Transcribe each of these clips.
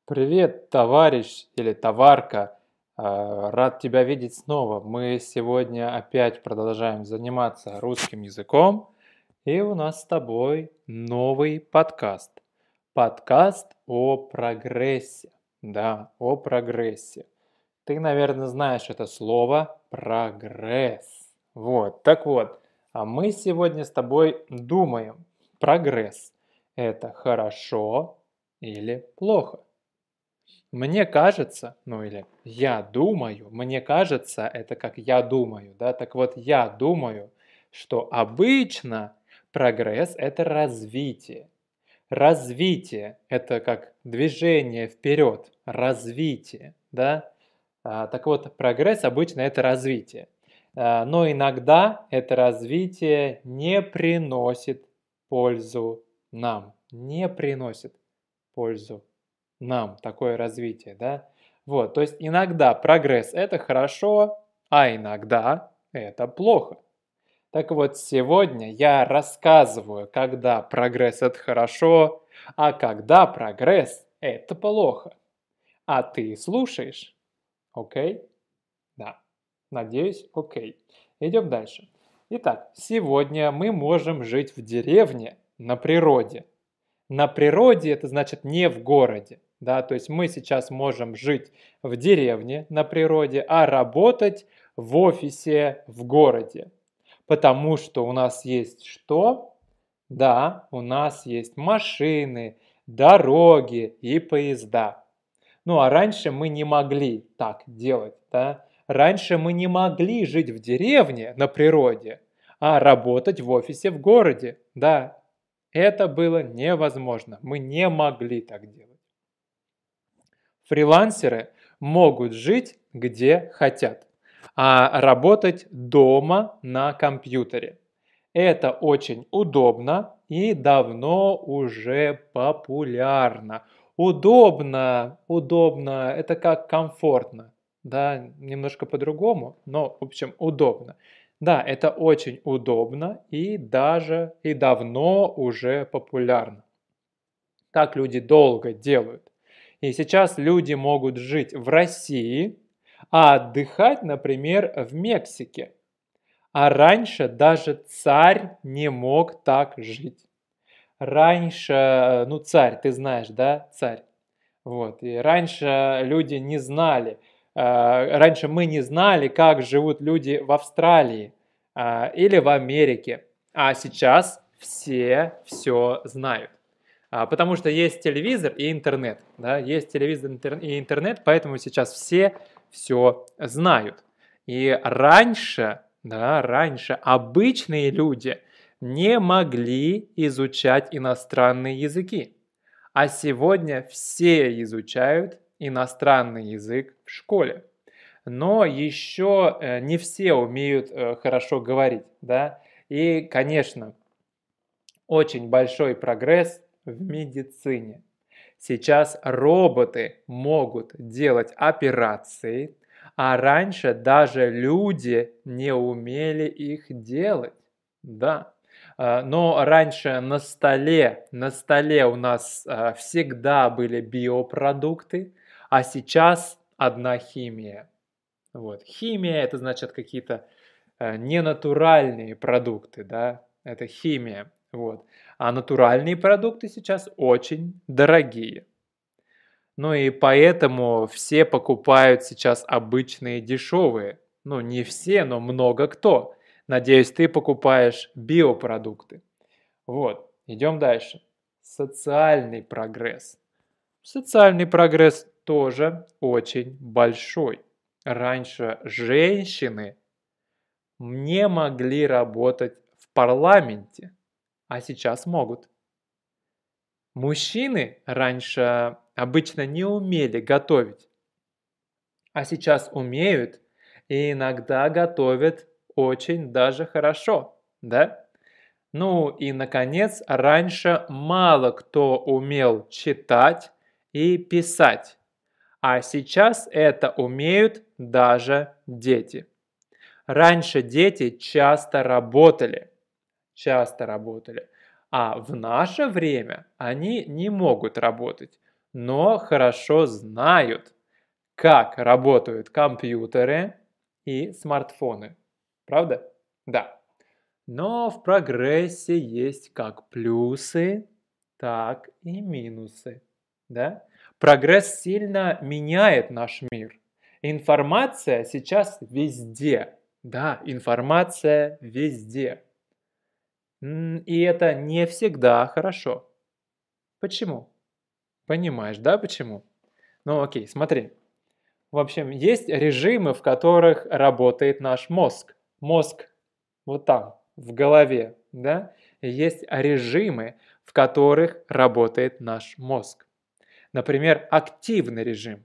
Привет, товарищ или товарка. Рад тебя видеть снова. Мы сегодня опять продолжаем заниматься русским языком, и у нас с тобой новый подкаст. Подкаст о прогрессе. Да, о прогрессе. Ты, наверное, знаешь это слово прогресс. Вот, так вот, а мы сегодня с тобой думаем, прогресс– это хорошо или плохо? Мне кажется, ну или я думаю, мне кажется, это как я думаю, да, так вот я думаю, что обычно прогресс– это развитие. Развитие– это как движение вперед, развитие, да. Так вот, прогресс обычно это развитие. Но иногда это развитие не приносит пользу нам, не приносит пользу нам такое развитие, да. Вот, то есть иногда прогресс– это хорошо, а иногда это плохо. Так вот, сегодня я рассказываю, когда прогресс– это хорошо, а когда прогресс– это плохо. А ты слушаешь? Окей? Да. Надеюсь, окей. Идем дальше. Итак, сегодня мы можем жить в деревне на природе. На природе это значит не в городе. Да? То есть мы сейчас можем жить в деревне на природе, а работать в офисе в городе. Потому что у нас есть что? Да, у нас есть машины, дороги и поезда. Ну а раньше мы не могли так делать, да? Раньше мы не могли жить в деревне на природе, а работать в офисе в городе, да. Это было невозможно, мы не могли так делать. Фрилансеры могут жить где хотят, а работать дома на компьютере. Это очень удобно и давно уже популярно. Удобно, удобно, это как комфортно, да, немножко по-другому, но, в общем, удобно. Да, это очень удобно и даже и давно уже популярно. Так люди долго делают. И сейчас люди могут жить в России, а отдыхать, например, в Мексике. А раньше даже царь не мог так жить. Раньше, ну царь, ты знаешь, да, царь. Вот, и раньше люди не знали, раньше мы не знали, как живут люди в Австралии или в Америке. А сейчас все знают. Потому что есть телевизор и интернет. Да? Есть телевизор и интернет, поэтому сейчас все знают. И раньше, да, раньше обычные люди не могли изучать иностранные языки. А сегодня все изучают иностранный язык в школе. Но еще не все умеют хорошо говорить. Да? И, конечно, очень большой прогресс в медицине. Сейчас роботы могут делать операции, а раньше даже люди не умели их делать. Да. Но раньше на столе у нас всегда были биопродукты, а сейчас одна химия. Вот. Химия это значит какие-то ненатуральные продукты, да, это химия. Вот. А натуральные продукты сейчас очень дорогие. Ну и поэтому все покупают сейчас обычные дешевые. Ну не все, но много кто. Надеюсь, ты покупаешь биопродукты. Вот, идем дальше. Социальный прогресс. Социальный прогресс тоже очень большой. Раньше женщины не могли работать в парламенте, а сейчас могут. Мужчины раньше обычно не умели готовить, а сейчас умеют и иногда готовят очень даже хорошо, да? Ну и, наконец, раньше мало кто умел читать и писать, а сейчас это умеют даже дети. Раньше дети часто работали, а в наше время они не могут работать, но хорошо знают, как работают компьютеры и смартфоны. Правда? Да. Но в прогрессе есть как плюсы, так и минусы. Да? Прогресс сильно меняет наш мир. Информация сейчас везде. Да, информация везде. И это не всегда хорошо. Почему? Понимаешь, да, почему? Ну окей, смотри. В общем, есть режимы, в которых работает наш мозг. Мозг вот там, в голове, да? И есть режимы, в которых работает наш мозг. Например, активный режим.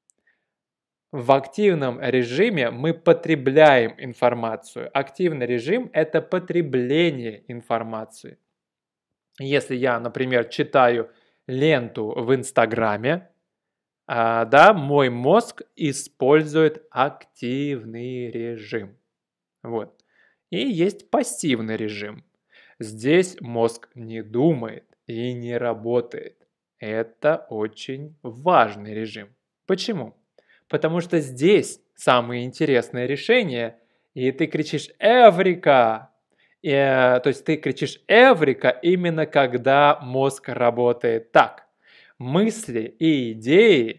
В активном режиме мы потребляем информацию. Активный режим – это потребление информации. Если я, например, читаю ленту в Инстаграме, да, мой мозг использует активный режим. Вот. И есть пассивный режим. Здесь мозг не думает и не работает. Это очень важный режим. Почему? Потому что здесь самые интересные решения, и ты кричишь «Эврика!». То есть ты кричишь «Эврика» именно когда мозг работает так. Мысли и идеи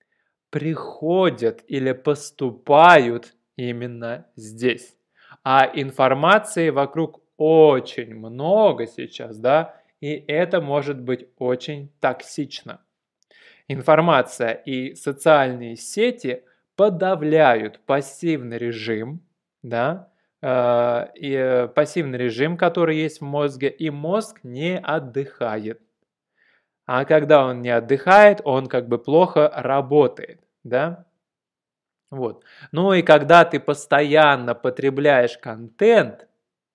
приходят или поступают именно здесь. А информации вокруг очень много сейчас, да, и это может быть очень токсично. Информация и социальные сети подавляют пассивный режим, да, пассивный режим, который есть в мозге, и мозг не отдыхает. А когда он не отдыхает, он как бы плохо работает, да? Вот. Ну и когда ты постоянно потребляешь контент,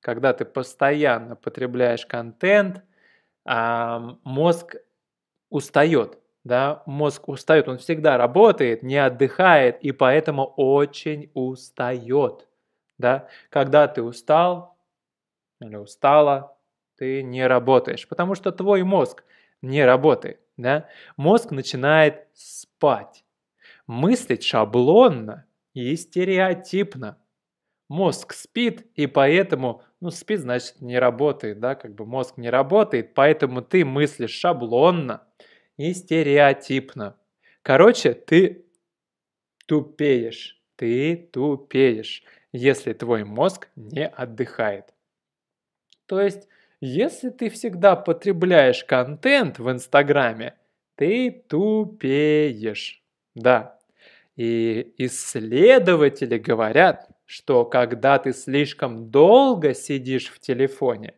мозг устает, да? Мозг устает, он всегда работает, не отдыхает и поэтому очень устает, да? Когда ты устал или устала, ты не работаешь, потому что твой мозг не работает, да? Мозг начинает спать, мыслить шаблонно и стереотипно. Мозг спит, и поэтому, спит, значит, не работает, да, как бы мозг не работает, поэтому ты мыслишь шаблонно и стереотипно. Короче, ты тупеешь, если твой мозг не отдыхает. То есть, если ты всегда потребляешь контент в Инстаграме, ты тупеешь. Да. И исследователи говорят, что когда ты слишком долго сидишь в телефоне,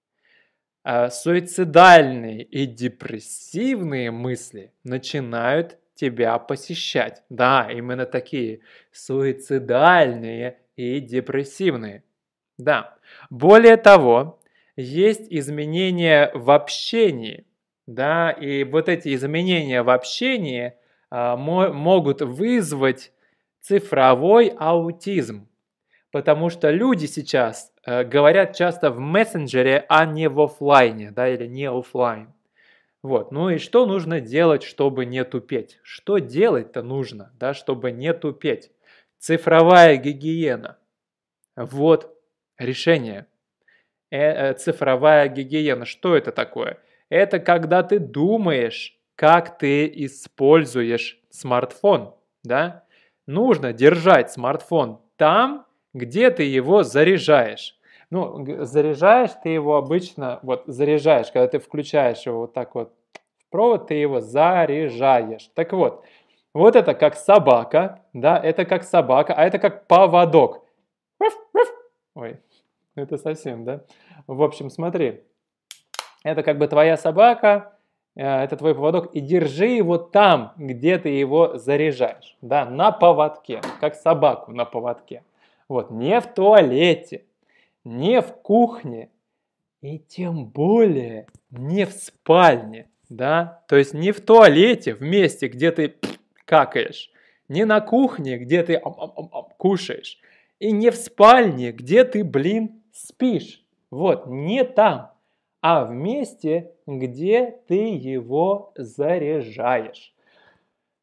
суицидальные и депрессивные мысли начинают тебя посещать. Да, именно такие суицидальные и депрессивные. Да. Более того, есть изменения в общении, да, и вот эти изменения в общении могут вызвать цифровой аутизм, потому что люди сейчас говорят часто в мессенджере, а не в офлайне, да, или не офлайн. Вот, ну и что нужно делать, чтобы не тупеть? Что делать-то нужно, да, чтобы не тупеть? Цифровая гигиена. Вот решение. Цифровая гигиена. Что это такое? Это когда ты думаешь, как ты используешь смартфон, да? Нужно держать смартфон там, где ты его заряжаешь. Заряжаешь ты его обычно, заряжаешь, когда ты включаешь его вот так вот в провод, ты его заряжаешь. Так вот, вот это как собака, да, это как собака, а это как поводок. Ой, это совсем, да? В общем, смотри, это как бы твоя собака, это твой поводок, и держи его там, где ты его заряжаешь, да, на поводке, как собаку на поводке. Вот, не в туалете, не в кухне, и тем более не в спальне, да, то есть не в туалете, в месте, где ты какаешь, не на кухне, где ты кушаешь, и не в спальне, где ты, спишь. Вот, не там, а в месте, где ты его заряжаешь.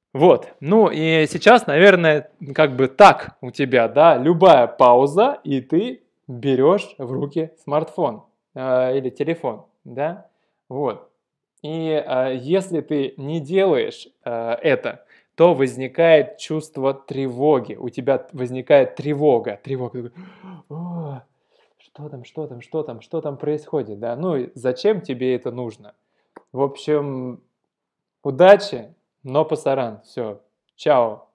Вот, ну и сейчас, наверное, как бы так у тебя, да, любая пауза, и ты берешь в руки смартфон или телефон, да, вот. И если ты не делаешь это, то возникает чувство тревоги, у тебя возникает тревога, такой, «О, что там происходит, да, ну и зачем тебе это нужно? В общем, удачи, но пасаран, все, чао.